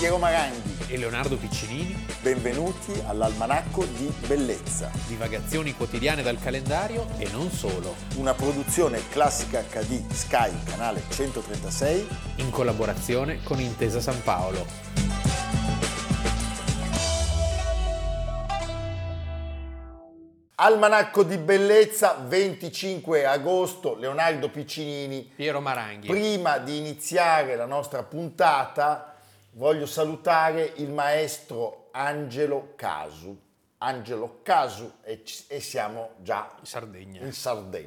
Piero Maranghi e Leonardo Piccinini. Benvenuti all'Almanacco di Bellezza. Divagazioni quotidiane dal calendario e non solo. Una produzione Classica HD Sky, canale 136. In collaborazione con Intesa San Paolo. Almanacco di Bellezza, 25 agosto, Leonardo Piccinini. Piero Maranghi. Prima di iniziare la nostra puntata voglio salutare il maestro Angelo Casu. Angelo Casu e siamo già in Sardegna.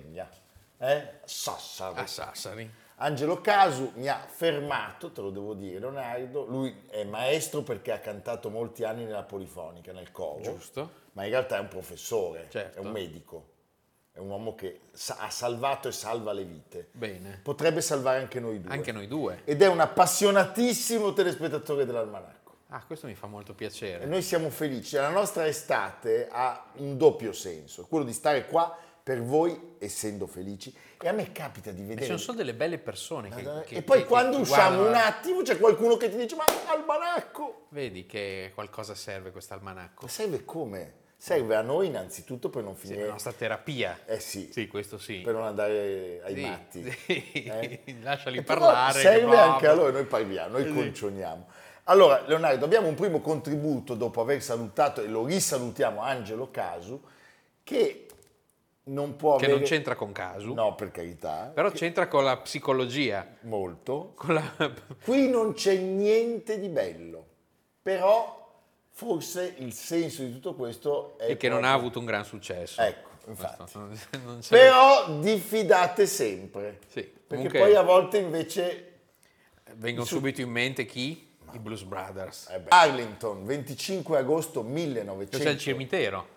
Sassari. A Sassari. Angelo Casu mi ha fermato, te lo devo dire Leonardo, lui è maestro perché ha cantato molti anni nella Polifonica, nel coro. Giusto. Ma in realtà è un professore, Certo. È un medico, è un uomo che ha salvato e salva le vite. Bene. Potrebbe salvare anche noi due. Anche noi due. Ed è un appassionatissimo telespettatore dell'Almanacco. Ah, questo mi fa molto E piacere. noi siamo felici. La nostra estate ha un doppio senso, quello di stare qua per voi essendo felici. E a me capita di E vedere... sono solo delle belle persone e poi quando usciamo guardano. un attimo c'è qualcuno che ti dice: ma Almanacco! Vedi che qualcosa serve quest'almanacco. Ma serve come? Serve a noi innanzitutto per non Sì, finire... la nostra terapia. Sì. Sì, questo sì. Per non andare ai Sì, matti. sì. Lasciali E però parlare. serve che anche a bravo. noi, noi parliamo, noi concioniamo. Allora, Leonardo, abbiamo un primo contributo dopo aver salutato, e lo risalutiamo, Angelo Casu, che non può Che avere... non c'entra con Casu. No, per carità. Però c'entra con la psicologia. Molto. Con la... Qui non c'è niente di bello, però forse il senso di tutto questo è E che non ha proprio- avuto un gran successo. Ecco, infatti. Non c'è- Però diffidate sempre, Sì, perché comunque poi a volte invece... vengono subito in mente chi? I Blues Brothers. Arlington, 25 agosto C'è il 1967, cimitero.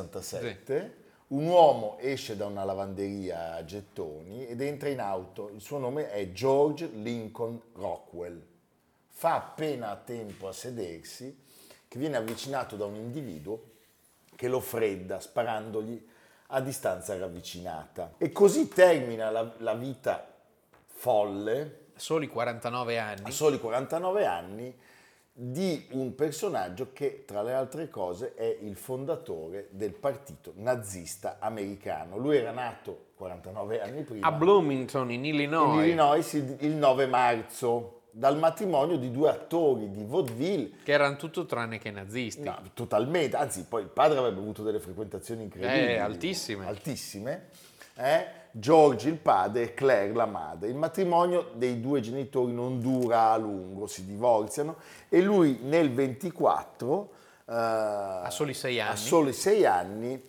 un uomo esce da una lavanderia a gettoni ed entra in auto. Il suo nome è George Lincoln Rockwell. Fa appena tempo a sedersi che viene avvicinato da un individuo che lo fredda sparandogli a distanza ravvicinata. E così termina la vita folle, Soli 49 a anni. soli 49 anni, di un personaggio che, tra le altre cose, è il fondatore del partito nazista americano. Lui era nato 49 anni prima A Bloomington, in Illinois. in Illinois il 9 marzo dal matrimonio di due attori di vaudeville. Che erano tutto tranne che nazisti. No, totalmente, anzi poi il padre avrebbe avuto delle frequentazioni incredibili. Altissime. Altissime. George il padre e Claire la madre. Il matrimonio dei due genitori non dura a lungo, si divorziano e lui nel 24, A soli 6 anni. a soli 6 anni,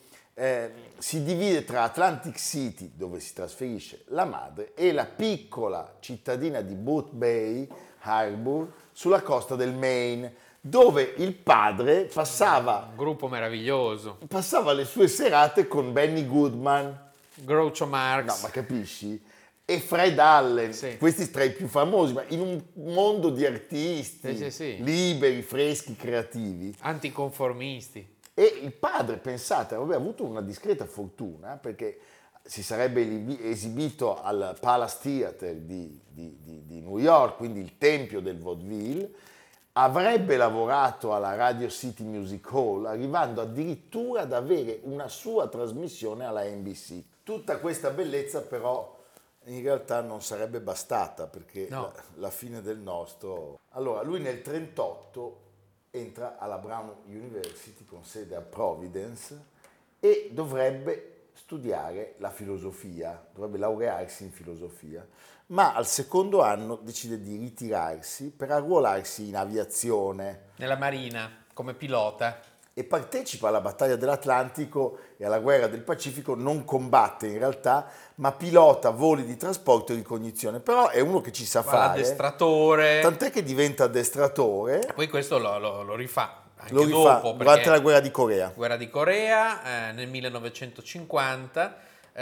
si divide tra Atlantic City, dove si trasferisce la madre, e la piccola cittadina di Boothbay Harbor, sulla costa del Maine, dove il padre passava Un gruppo meraviglioso. le sue serate con Benny Goodman. Groucho Marx. No, ma capisci? E Fred Allen, Sì. questi tra i più famosi, ma in un mondo di artisti Sì. liberi, freschi, creativi. Anticonformisti. E il padre, pensate, aveva avuto una discreta fortuna perché si sarebbe esibito al Palace Theatre di New York, quindi il tempio del vaudeville, avrebbe lavorato alla Radio City Music Hall, arrivando addirittura ad avere una sua trasmissione alla NBC. Tutta questa bellezza però in realtà non sarebbe bastata perché No. la fine del nostro... Allora, lui nel 1938 entra alla Brown University con sede a Providence e dovrebbe studiare la filosofia, dovrebbe laurearsi in filosofia, ma al secondo anno decide di ritirarsi per arruolarsi in aviazione Nella marina, come pilota. e partecipa alla battaglia dell'Atlantico e alla guerra del Pacifico, non combatte in realtà, ma pilota voli di trasporto e ricognizione, però è uno che ci sa Fa fare, l'addestratore. tant'è che diventa addestratore, Poi questo lo rifà anche lo rifà dopo. durante perché la guerra di Corea. Guerra di Corea nel 1950.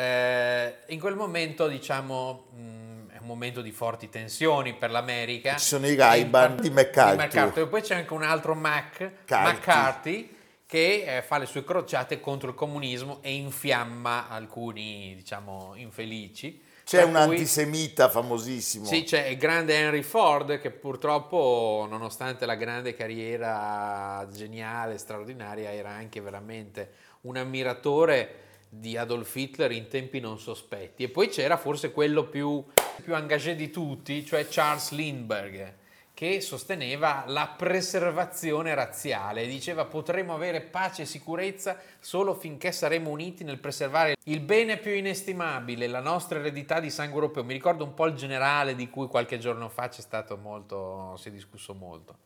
In quel momento, diciamo, è un momento di forti tensioni per l'America. Ci sono i Ray-Ban di MacArthur. E poi c'è anche un altro Carty. McCarthy, che fa le sue crociate contro il comunismo e infiamma alcuni, diciamo, infelici. C'è un antisemita famosissimo. Sì, c'è il grande Henry Ford che purtroppo, nonostante la grande carriera geniale, straordinaria, era anche veramente un ammiratore di Adolf Hitler in tempi non sospetti. E poi c'era forse quello più engagé di tutti, cioè Charles Lindbergh, che sosteneva la preservazione razziale, diceva potremo avere pace e sicurezza solo finché saremo uniti nel preservare il bene più inestimabile, la nostra eredità di sangue europeo. Mi ricordo un po' il generale di cui qualche giorno fa si è discusso molto.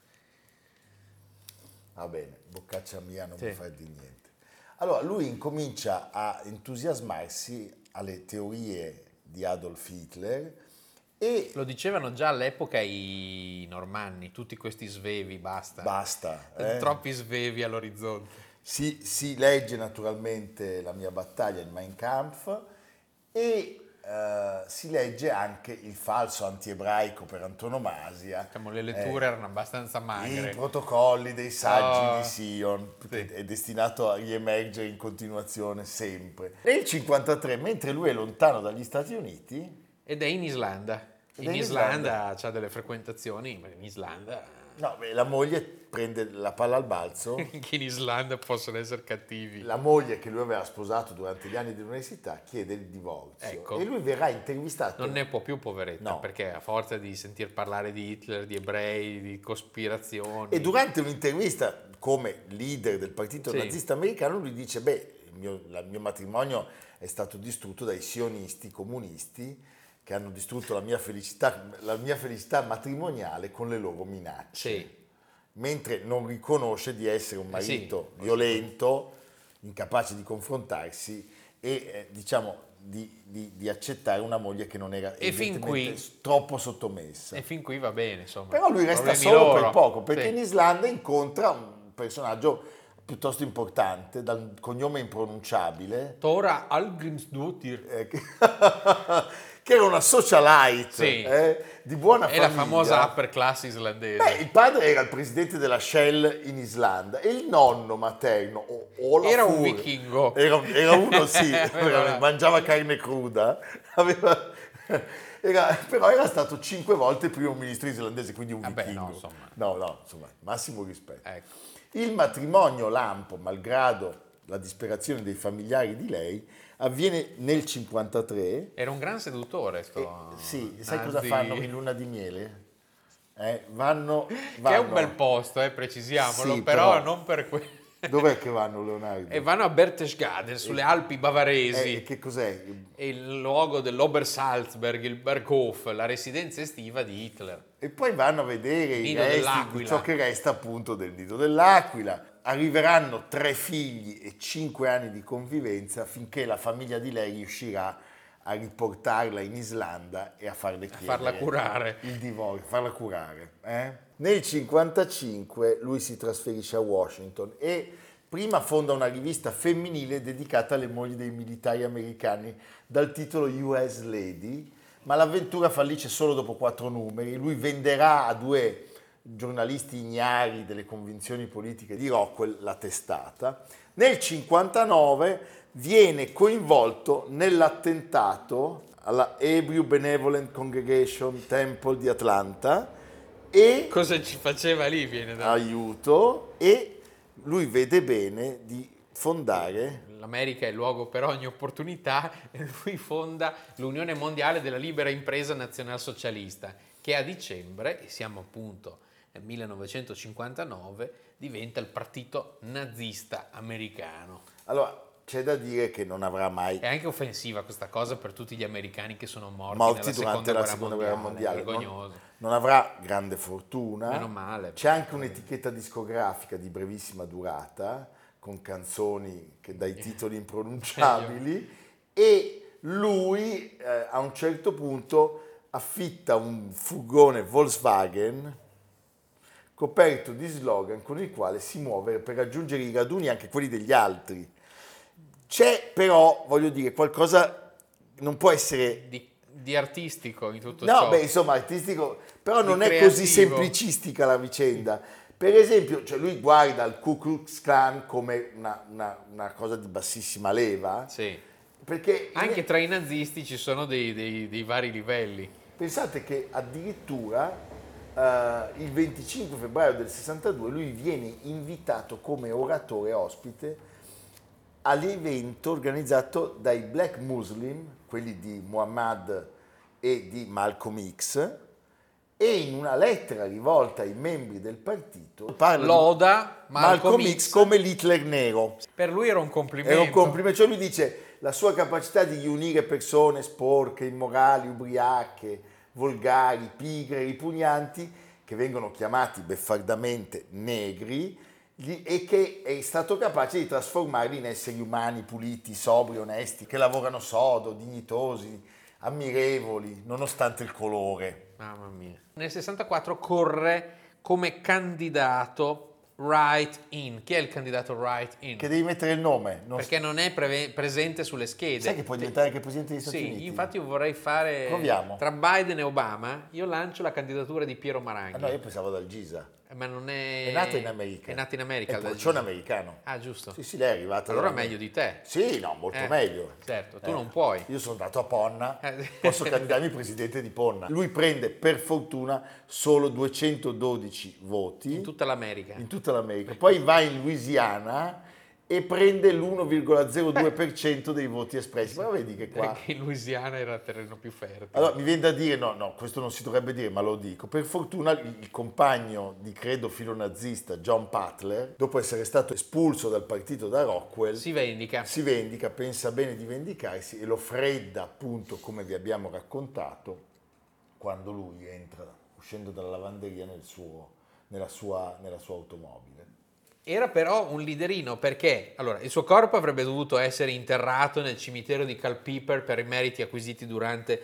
Va bene, boccaccia mia, non Sì. mi fai di niente. Allora, lui incomincia a entusiasmarsi alle teorie di Adolf Hitler e Lo dicevano già all'epoca i normanni, tutti questi svevi, basta. Troppi svevi all'orizzonte. Si legge naturalmente La mia battaglia, il Mein Kampf, e si legge anche il falso antiebraico per antonomasia. Diciamo, le letture erano abbastanza magre. I protocolli dei saggi di Sion, sì. che è destinato a riemergere in continuazione sempre. Nel 1953, mentre lui è lontano dagli Stati Uniti... Ed è in Islanda. In Islanda c'ha delle frequentazioni, ma in Islanda... No, la moglie prende la palla al balzo. Che in Islanda possono essere cattivi. La moglie che lui aveva sposato durante gli anni di università chiede il divorzio. Ecco. E lui verrà intervistato. Non ne può più, poveretta, No. perché a forza di sentir parlare di Hitler, di ebrei, di cospirazioni... E durante un'intervista come leader del partito nazista americano lui dice il mio matrimonio è stato distrutto dai sionisti comunisti che hanno distrutto la mia felicità matrimoniale con le loro minacce. Sì. Mentre non riconosce di essere un marito violento, incapace di confrontarsi e di accettare una moglie che non era troppo sottomessa. E fin qui va bene, insomma. Però lui resta solo per poco, perché in Islanda incontra un personaggio piuttosto importante, dal cognome impronunciabile. Tora Algrimsdottir. Che era una socialite di buona famiglia. È la famosa upper class islandese. Il padre era il presidente della Shell in Islanda e il nonno materno, era un vichingo. Era uno, sì, mangiava carne cruda, però era stato 5 volte primo ministro islandese, quindi un vichingo. No, insomma, massimo rispetto. Ecco. Il matrimonio lampo, malgrado la disperazione dei familiari di lei, avviene nel 1953. Era un gran seduttore sì, sai cosa fanno in luna di miele? Vanno... Che è un bel posto, precisiamolo, sì, però non per quello. Dov'è che vanno, Leonardo? E vanno a Berchtesgaden, sulle Alpi bavaresi. E che cos'è? È il luogo dell'Obersalzberg, il Berghof, la residenza estiva di Hitler. E poi vanno a vedere i resti di ciò che resta appunto del nido dell'aquila. Arriveranno 3 figli e 5 anni di convivenza finché la famiglia di lei riuscirà a riportarla in Islanda e a farle chiedere farla curare il divorzio, farla curare. Nel 1955 lui si trasferisce a Washington e prima fonda una rivista femminile dedicata alle mogli dei militari americani dal titolo US Lady, ma l'avventura fallisce solo dopo 4 numeri. Lui venderà a 2 giornalisti ignari delle convinzioni politiche di Rockwell la testata. Nel 1959 viene coinvolto nell'attentato alla Hebrew Benevolent Congregation Temple di Atlanta e... Cosa ci faceva lì? Viene da... Aiuto, e lui vede bene di fondare... L'America è il luogo per ogni opportunità e lui fonda l'Unione Mondiale della Libera Impresa Nazionalsocialista, che a dicembre, e siamo appunto nel 1959, diventa il partito nazista americano. Allora, c'è da dire che non avrà mai... È anche offensiva questa cosa per tutti gli americani che sono morti durante la seconda guerra mondiale. Vergognoso. Non avrà grande fortuna. Meno male. C'è anche un'etichetta discografica di brevissima durata, con canzoni dai titoli impronunciabili, e lui a un certo punto affitta un furgone Volkswagen coperto di slogan con il quale si muove per raggiungere i raduni, anche quelli degli altri. C'è però, voglio dire, qualcosa non può essere... Di artistico in tutto ciò. No, insomma, artistico, però non è così semplicistica la vicenda. Per esempio, lui guarda il Ku Klux Klan come una cosa di bassissima leva, perché Anche tra i nazisti ci sono dei vari livelli. pensate che addirittura il 25 febbraio del 62 lui viene invitato come oratore ospite all'evento organizzato dai Black Muslim, quelli di Muhammad e di Malcolm X, e in una lettera rivolta ai membri del partito parla Loda di Malcolm X come l'Hitler nero. Per lui era un complimento. Era un complimento, cioè lui dice la sua capacità di unire persone sporche, immorali, ubriache, volgari, pigre, ripugnanti, che vengono chiamati beffardamente negri, e che è stato capace di trasformarli in esseri umani puliti, sobri, onesti, che lavorano sodo, dignitosi, ammirevoli, nonostante il colore. Mamma mia. Nel 64 corre come candidato write-in. Chi è il candidato write-in? Che devi mettere il nome. Perché non è presente sulle schede. Sai che puoi diventare anche presidente degli Stati Sì, Uniti? infatti io vorrei fare... Proviamo. Tra Biden e Obama, io lancio la candidatura di Piero Maranghi. Ah, no, io pensavo dal Gisa. Ma non è... È nata in America. È nata in America. È il procione americano. Ah, giusto. Sì, lei è arrivata. Allora meglio di te. Sì, no, molto meglio. Certo, tu non puoi. Io sono andato a Ponna, posso candidarmi presidente di Ponna. Lui prende per fortuna solo 212 voti. In tutta l'America. In tutta l'America. Poi va in Louisiana e prende l'1,02% dei voti espressi. Ma vedi che qua... Perché in Louisiana era terreno più fertile. Allora, mi viene da dire, no, questo non si dovrebbe dire, ma lo dico. Per fortuna il compagno di credo filonazista, John Butler, dopo essere stato espulso dal partito da Rockwell, Si vendica. pensa bene di vendicarsi e lo fredda, appunto, come vi abbiamo raccontato, quando lui entra, uscendo dalla lavanderia nella sua automobile. Era però un liderino perché allora, il suo corpo avrebbe dovuto essere interrato nel cimitero di Culpeper per i meriti acquisiti durante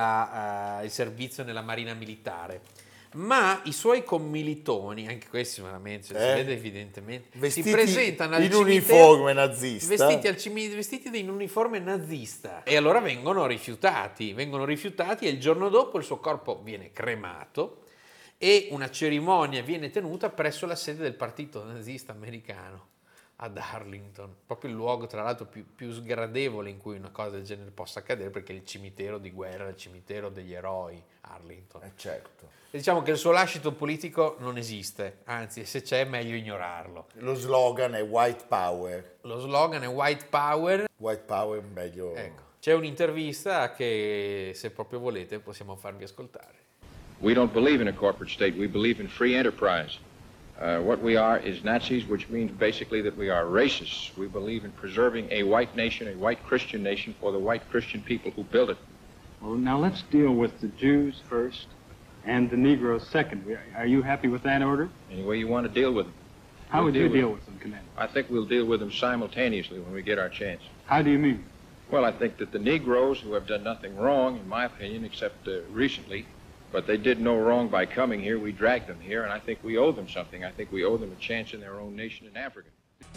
il servizio nella Marina Militare. Ma i suoi commilitoni, anche questi veramente, si vede evidentemente, Vestiti si presentano al in cimitero uniforme nazista. vestiti in uniforme nazista. E allora vengono rifiutati e il giorno dopo il suo corpo viene cremato e una cerimonia viene tenuta presso la sede del partito nazista americano ad Arlington, proprio il luogo tra l'altro più sgradevole in cui una cosa del genere possa accadere, perché è il cimitero di guerra, il cimitero degli eroi, Arlington. Certo. E diciamo che il suo lascito politico non esiste, anzi se c'è è meglio ignorarlo. Lo slogan è White Power. Lo slogan è White Power. White Power meglio... Ecco, c'è un'intervista che se proprio volete possiamo farvi ascoltare. We don't believe in a corporate state. We believe in free enterprise. What we are is Nazis, which means basically that we are racists. We believe in preserving a white nation, a white Christian nation for the white Christian people who built it. Well, now let's deal with the Jews first and the Negroes second. Are you happy with that order? Any way you want to deal with them. How would you deal with them, Commander? I think we'll deal with them simultaneously when we get our chance. How do you mean? Well, I think that the Negroes, who have done nothing wrong, in my opinion, except recently, but they did no wrong by coming here. We dragged them here, and I think we owe them something. I think we owe them a chance in their own nation in Africa.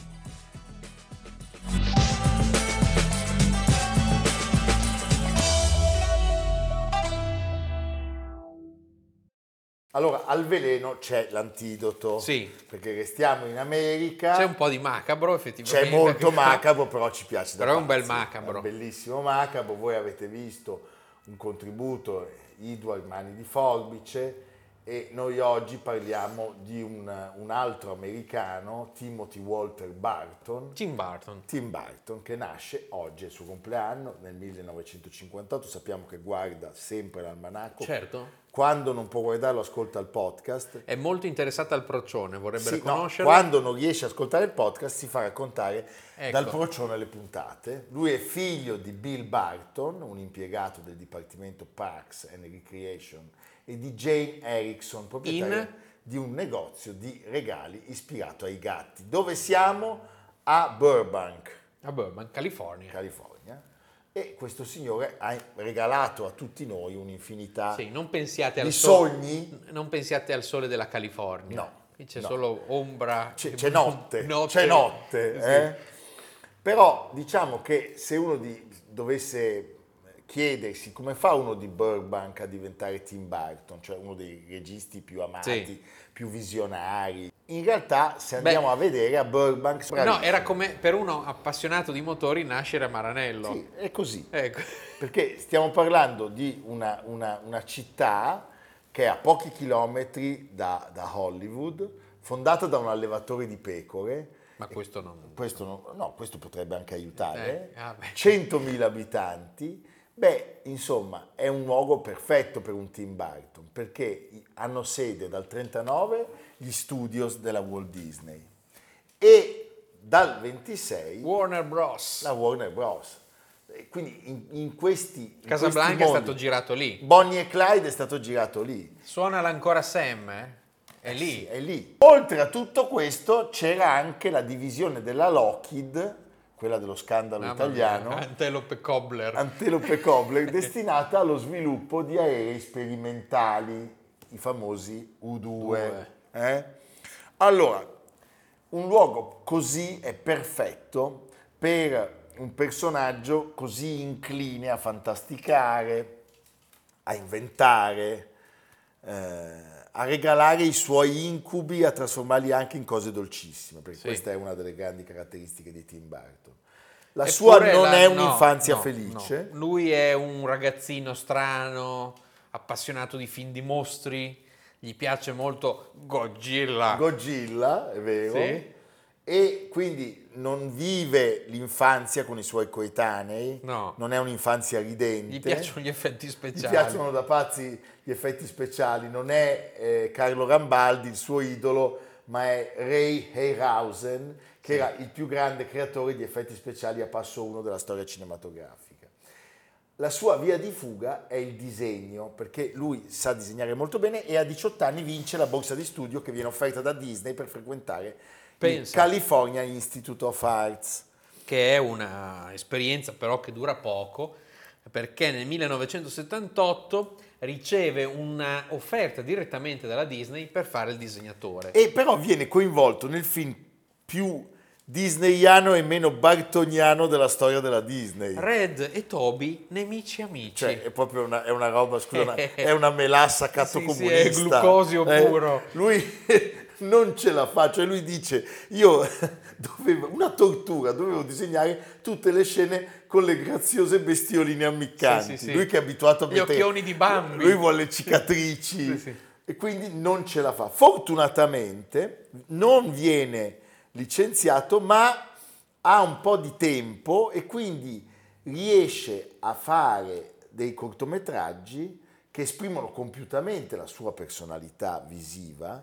Allora, al veleno c'è l'antidoto. Sì. Perché restiamo in America. C'è un po' di macabro effettivamente. C'è molto macabro, però ci piace da Però è un bel pazzi. macabro. È un bellissimo macabro. Voi avete visto un contributo, Edward Mani di Forbice, e noi oggi parliamo di un altro americano, Timothy Walter Barton. Tim Burton, Che nasce oggi, è il suo compleanno, nel 1958. Sappiamo che guarda sempre l'almanacco. Certo. Quando non può guardarlo, ascolta il podcast. È molto interessata al procione, vorrebbe Sì, no, conoscerlo. quando non riesce a ascoltare il podcast si fa raccontare Ecco. dal procione le puntate. Lui è figlio di Bill Barton, un impiegato del Dipartimento Parks and Recreation, e di Jane Erickson, proprietaria di un negozio di regali ispirato ai gatti. Dove siamo? A Burbank, California. E questo signore ha regalato a tutti noi un'infinità Sì, non pensiate al di sole. sogni. Non pensiate al sole della California. No, Qui c'è no. solo ombra. C'è notte. C'è notte. Però diciamo che se uno dovesse chiedersi come fa uno di Burbank a diventare Tim Burton, cioè uno dei registi più amati, Sì. più visionari, In realtà, se andiamo a vedere a Burbank... No, era come per uno appassionato di motori nascere a Maranello. Sì, è così. Ecco. Perché stiamo parlando di una città che è a pochi chilometri da Hollywood, fondata da un allevatore di pecore. Ma questo non... Questo potrebbe anche aiutare. 100.000 abitanti. Beh, insomma, è un luogo perfetto per un Tim Burton, perché hanno sede dal 1939 gli studios della Walt Disney e dal 26 Warner Bros. la Warner Bros. E quindi in questi Casablanca è stato girato lì. Bonnie e Clyde è stato girato lì. Suonala ancora Sam, eh? È lì. Sì, è lì. Oltre a tutto questo c'era anche la divisione della Lockheed, quella dello scandalo italiano, Antelope Cobbler, destinata allo sviluppo di aerei sperimentali, i famosi U-2. Allora, un luogo così è perfetto per un personaggio così incline a fantasticare, a inventare, a regalare i suoi incubi, a trasformarli anche in cose dolcissime, perché questa è una delle grandi caratteristiche di Tim Burton. La sua non è un'infanzia felice. No. Lui è un ragazzino strano, appassionato di film di mostri, gli piace molto Godzilla, è vero. Sì. E quindi non vive l'infanzia con i suoi coetanei, non è un'infanzia ridente. Gli piacciono gli effetti speciali. Gli piacciono da pazzi gli effetti speciali, non è Carlo Rambaldi il suo idolo, ma è Ray Harryhausen, che era il più grande creatore di effetti speciali a passo 1 della storia cinematografica. La sua via di fuga è il disegno, perché lui sa disegnare molto bene e a 18 anni vince la borsa di studio che viene offerta da Disney per frequentare il California Institute of Arts. Che è una esperienza però che dura poco, perché nel 1978 riceve una offerta direttamente dalla Disney per fare il disegnatore. E però viene coinvolto nel film più disneyano e meno bartoniano della storia della Disney. Red e Toby, nemici amici. Cioè, è proprio una roba, scusa, è una melassa cattocomunista. Sì, è glucosio puro. Lui non ce la fa, cioè lui dice, io una tortura, dovevo disegnare tutte le scene con le graziose bestioline ammiccanti. Sì. Lui che è abituato a gli occhioni di Bambi. Lui vuole cicatrici. E quindi non ce la fa. Fortunatamente non viene licenziato, ma ha un po' di tempo e quindi riesce a fare dei cortometraggi che esprimono compiutamente la sua personalità visiva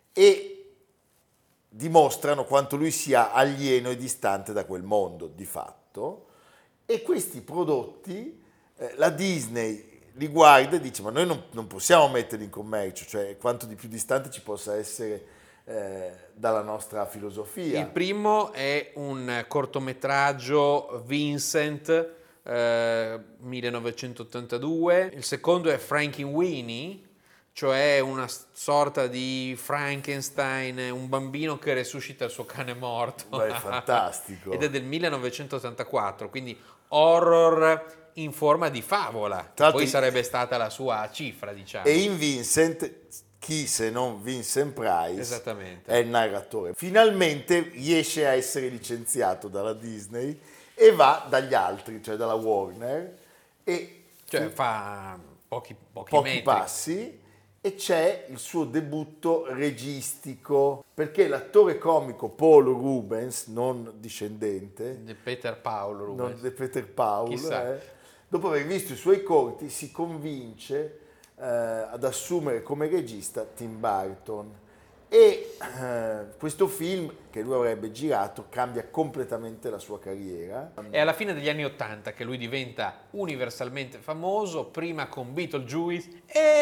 e dimostrano quanto lui sia alieno e distante da quel mondo di fatto. E questi prodotti la Disney li guarda e dice: ma noi non possiamo metterli in commercio, cioè quanto di più distante ci possa essere dalla nostra filosofia. Il primo è un cortometraggio Vincent 1982, il secondo è Frankenweenie, cioè una sorta di Frankenstein, un bambino che resuscita il suo cane morto. Beh, è fantastico. Ed è del 1984, quindi horror in forma di favola, poi sarebbe stata la sua cifra, diciamo. E in Vincent, chi se non Vincent Price Esattamente. è il narratore. Finalmente riesce a essere licenziato dalla Disney e va dagli altri, cioè dalla Warner, e cioè fa pochi metri. passi, e c'è il suo debutto registico, perché l'attore comico Paul Rubens, non discendente, di Peter Paul Rubens, non di Peter Paul, dopo aver visto i suoi corti si convince ad assumere come regista Tim Burton, e questo film che lui avrebbe girato cambia completamente la sua carriera. È alla fine degli anni '80 che lui diventa universalmente famoso, prima con Beetlejuice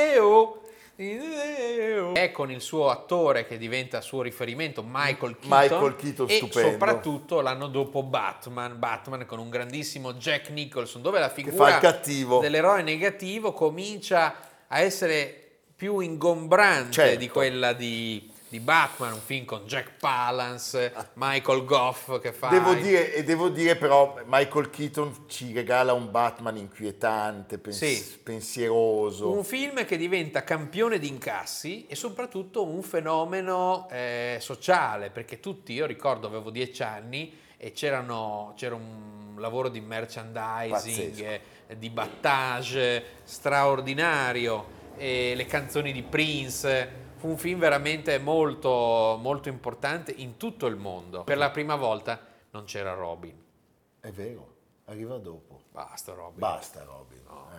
è con il suo attore che diventa suo riferimento, Michael Keaton, e stupendo. soprattutto l'anno dopo Batman con un grandissimo Jack Nicholson, dove la figura che fa il cattivo dell'eroe negativo comincia a essere più ingombrante di quella di di Batman, un film con Jack Palance, Michael Gough che fa... Devo dire però, Michael Keaton ci regala un Batman inquietante, Sì. pensieroso. Un film che diventa campione di incassi e soprattutto un fenomeno sociale, perché io ricordo, avevo 10 anni e c'era un lavoro di merchandising, di battage straordinario, e le canzoni di Prince. Fu un film veramente molto, molto importante in tutto il mondo. Per la prima volta non c'era Robin. È vero, arriva dopo. Basta Robin. Basta Robin.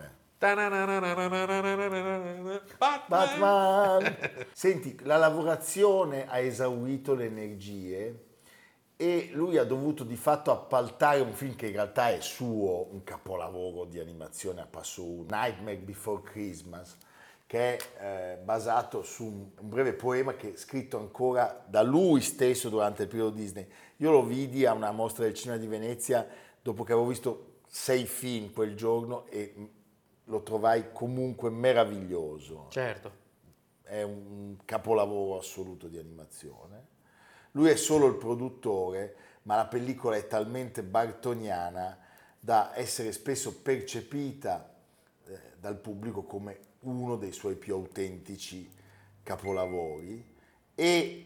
Batman. Senti, la lavorazione ha esaurito le energie e lui ha dovuto di fatto appaltare un film che in realtà è suo, un capolavoro di animazione a passo unico, Nightmare Before Christmas, che è basato su un breve poema che è scritto ancora da lui stesso durante il periodo Disney. Io lo vidi a una mostra del cinema di Venezia dopo che avevo visto 6 film quel giorno e lo trovai comunque meraviglioso. Certo. È un capolavoro assoluto di animazione. Lui è solo il produttore, ma la pellicola è talmente bartoniana da essere spesso percepita dal pubblico come uno dei suoi più autentici capolavori e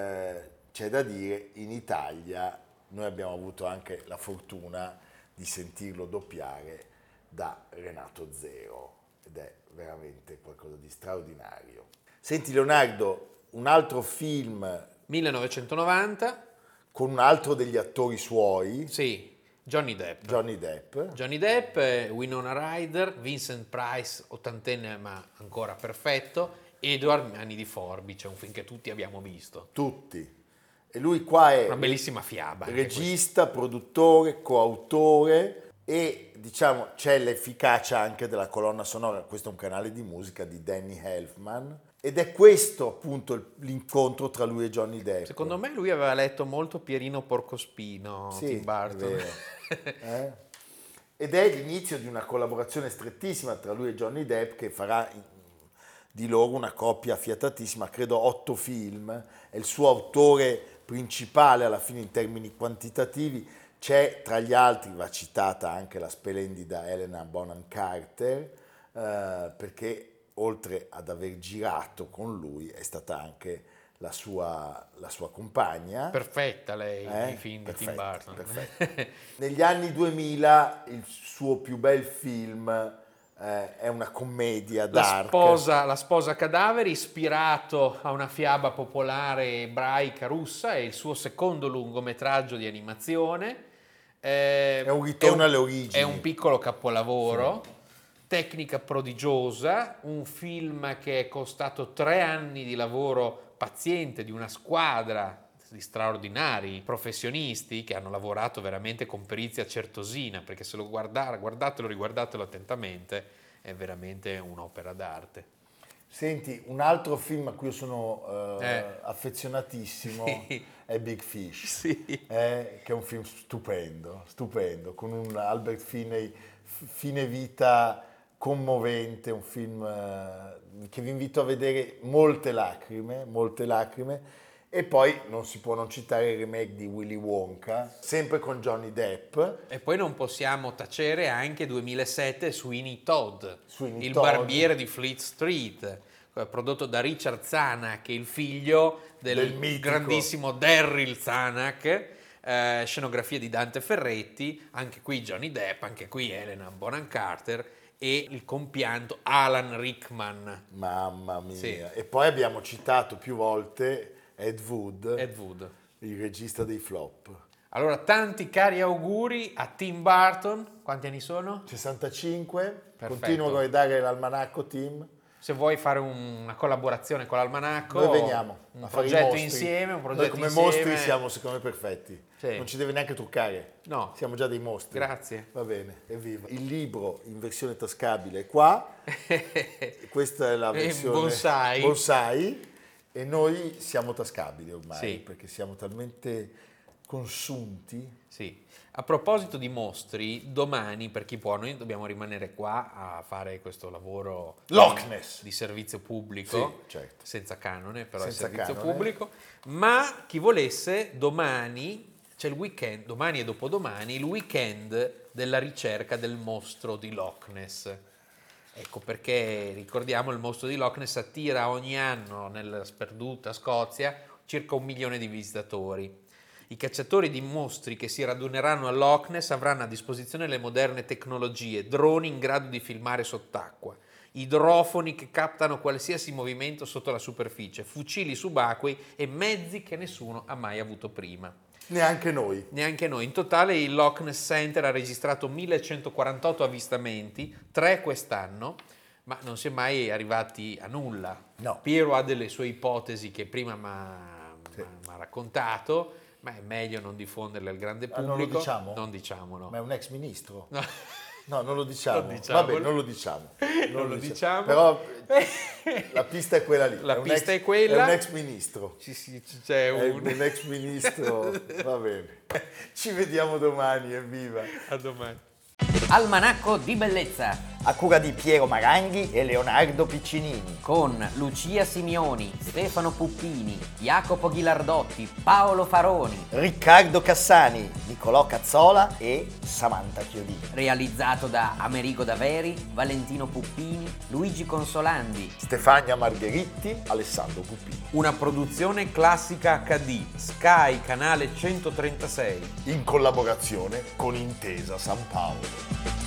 c'è da dire, in Italia noi abbiamo avuto anche la fortuna di sentirlo doppiare da Renato Zero ed è veramente qualcosa di straordinario. Senti Leonardo, un altro film 1990. con un altro degli attori suoi, Sì, Johnny Depp. Johnny Depp, Winona Ryder, Vincent Price, ottantenne ma ancora perfetto, Edward Anni di Forbice, un film che tutti abbiamo visto. Tutti. E lui qua è Una bellissima fiaba. regista, produttore, coautore e diciamo c'è l'efficacia anche della colonna sonora. Questo è un canale di musica di Danny Elfman ed è questo appunto l'incontro tra lui e Johnny Depp. Secondo me lui aveva letto molto Pierino Porcospino, Sì, Tim Burton. è vero. Ed è l'inizio di una collaborazione strettissima tra lui e Johnny Depp che farà di loro una coppia fiatatissima, credo 8 film, è il suo autore principale alla fine in termini quantitativi. C'è tra gli altri, va citata anche la splendida Helena Bonham Carter, perché oltre ad aver girato con lui è stata anche la sua compagna. Perfetta lei nei film di Tim Burton. Perfetta. Negli anni 2000 il suo più bel film è una commedia dark. La sposa cadavere, ispirato a una fiaba popolare ebraica russa, è il suo secondo lungometraggio di animazione. È un ritorno alle origini. È un piccolo capolavoro, sì. Tecnica prodigiosa, un film che è costato 3 anni di lavoro paziente di una squadra di straordinari professionisti che hanno lavorato veramente con perizia certosina, perché se lo guardatelo, riguardatelo attentamente, è veramente un'opera d'arte. Senti, un altro film a cui io sono affezionatissimo è Big Fish, sì. Che è un film stupendo, con un Albert Finney, fine vita commovente, un film che vi invito a vedere, molte lacrime, e poi non si può non citare il remake di Willy Wonka, sempre con Johnny Depp. E poi non possiamo tacere anche 2007 Sweeney Todd, il barbiere di Fleet Street, prodotto da Richard Zanuck, il figlio del grandissimo Daryl Zanuck, scenografia di Dante Ferretti, anche qui Johnny Depp, anche qui Helena Bonham Carter e il compianto Alan Rickman. Mamma mia. Sì. E poi abbiamo citato più volte Ed Wood, il regista dei Flop. Allora, tanti cari auguri a Tim Burton. Quanti anni sono? 65. Perfetto. Continuo a guardare l'almanacco, Tim. Se vuoi fare una collaborazione con l'almanacco, noi veniamo un progetto insieme, noi come mostri siamo secondo me perfetti. Sì. Non ci deve neanche truccare. No. Siamo già dei mostri. Grazie. Va bene, evviva. Il libro in versione tascabile è qua. Questa è la versione bonsai. E noi siamo tascabili ormai, sì. perché siamo talmente consunti. Sì. A proposito di mostri, domani, per chi può, noi dobbiamo rimanere qua a fare questo lavoro Loch Ness. di servizio pubblico, Sì, certo. senza canone, però Senza è servizio canone. pubblico, ma chi volesse, domani c'è il weekend, domani e dopodomani, il weekend della ricerca del mostro di Loch Ness. Ecco perché, ricordiamo, il mostro di Loch Ness attira ogni anno nella sperduta Scozia circa 1 milione di visitatori. I cacciatori di mostri che si raduneranno a Loch Ness avranno a disposizione le moderne tecnologie, droni in grado di filmare sott'acqua, idrofoni che captano qualsiasi movimento sotto la superficie, fucili subacquei e mezzi che nessuno ha mai avuto prima. Neanche noi. Neanche noi. In totale il Loch Ness Center ha registrato 1148 avvistamenti, 3 quest'anno, ma non si è mai arrivati a nulla. No. Piero ha delle sue ipotesi che prima mi ha raccontato, ma è meglio non diffonderle al grande pubblico. Non lo diciamo? Non diciamo, no. Ma è un ex ministro? No. No, non lo diciamo. Non diciamolo. Vabbè, non lo diciamo. Non lo diciamo. Però la pista è quella lì. La pista è quella. È un ex ministro. C'è È un... un ex ministro. Va bene. Ci vediamo domani, evviva. A domani. Almanacco di bellezza a cura di Piero Maranghi e Leonardo Piccinini. con Lucia Simioni, Stefano Puppini, Jacopo Ghilardotti, Paolo Faroni, Riccardo Cassani, Nicolò Cazzola e Samantha Chiodini. realizzato da Amerigo Daveri, Valentino Puppini, Luigi Consolandi. Stefania Margheritti, Alessandro Puppini. Una produzione Classica HD, Sky, canale 136. In collaborazione con Intesa San Paolo.